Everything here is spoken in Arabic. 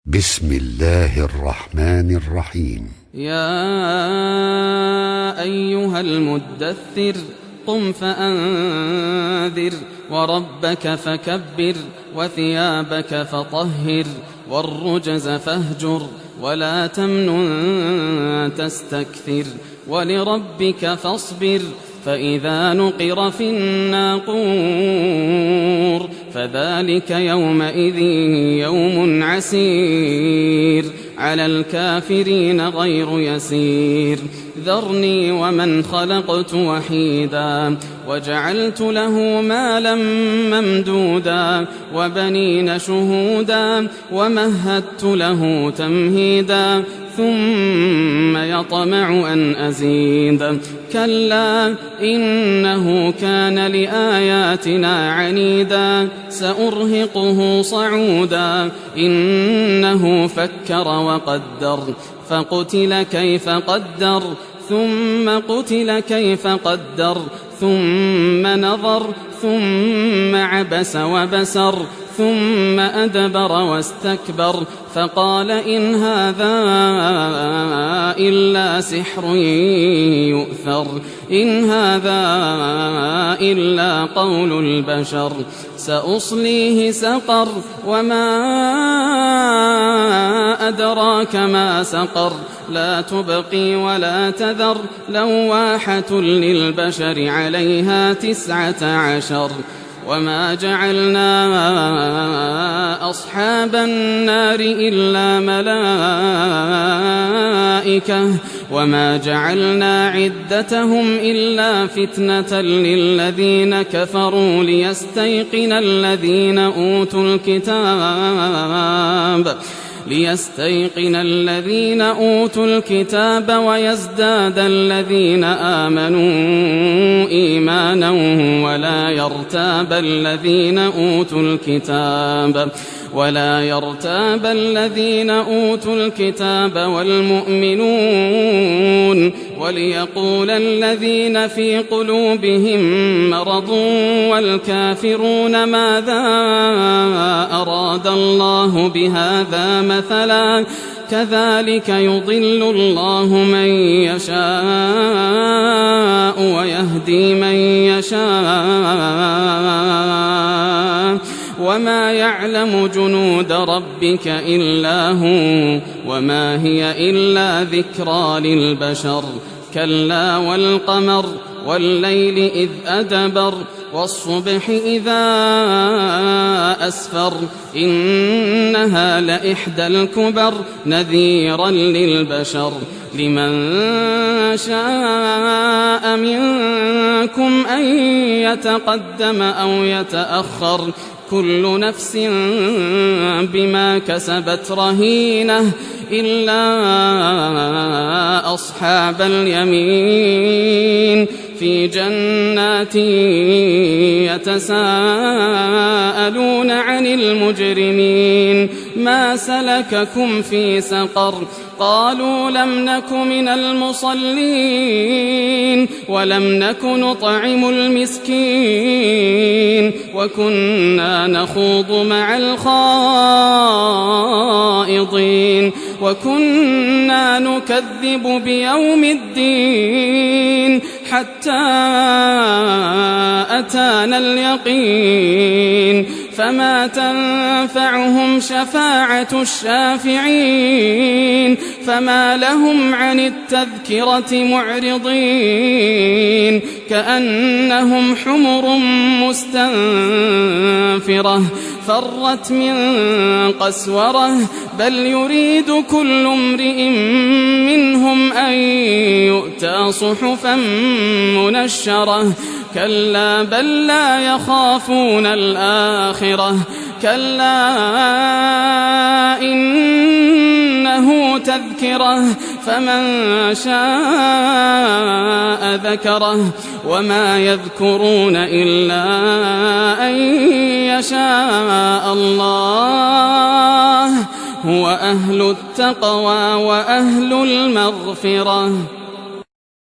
بسم الله الرحمن الرحيم. يا أيها المدثر قم فأنذر وربك فكبر وثيابك فطهر والرجز فاهجر ولا تمنن تستكثر ولربك فاصبر فإذا نقر في الناقور فذلك يومئذ يوم عسير على الكافرين غير يسير ذرني ومن خلقت وحيدا وجعلت له مالا ممدودا وبنين شهودا ومهدت له تمهيدا ثم يطمع أن أزيد كلا إنه كان لآياتنا عنيدا سأرهقه صعودا إنه فكر وقدر فقتل كيف قدر ثم قتل كيف قدر ثم نظر ثم عبس وبسر ثم أدبر واستكبر فقال إن هذا إلا سحر يؤثر إن هذا إلا قول البشر سأصليه سقر وما أدراك ما سقر لا تبقي ولا تذر لواحة للبشر عليها 19 وما جعلنا أصحاب النار إلا ملائكة وما جعلنا عدتهم إلا فتنة للذين كفروا ليستيقن الذين أوتوا الكتاب ويزداد الذين آمنوا إيمانا ولا يرتاب الذين أوتوا الكتاب والمؤمنون وليقول الذين في قلوبهم مرض والكافرون ماذا أراد الله بهذا مثلا كذلك يضل الله من يشاء ويهدي من يشاء وما يعلم جنود ربك إلا هو وما هي إلا ذكرى للبشر كلا والقمر والليل إذ أدبر والصبح إذا أسفر إنها لإحدى الكبر نذيرا للبشر لمن شاء منكم أن يتقدم أو يتأخر كل نفس بما كسبت رهينة إلا أصحاب اليمين في جنات يتساءلون عن المجرمين ما سلككم في سقر قالوا لم نك من المصلين ولم نك نطعم المسكين وكنا نخوض مع الخائضين وكنا نكذب بيوم الدين حتى أتانا اليقين فما تنفعهم شفاعة الشافعين فما لهم عن التذكرة معرضين كأنهم حمر مستنفرة فرت من قسورة بل يريد كل امرئ منهم أن يؤتى صحفا منشرة كلا بل لا يخافون الآخرة كلا إنه تذكرة فمن شاء ذكره وما يذكرون إلا أن يشاء الله هو أهل التقوى وأهل المغفرة.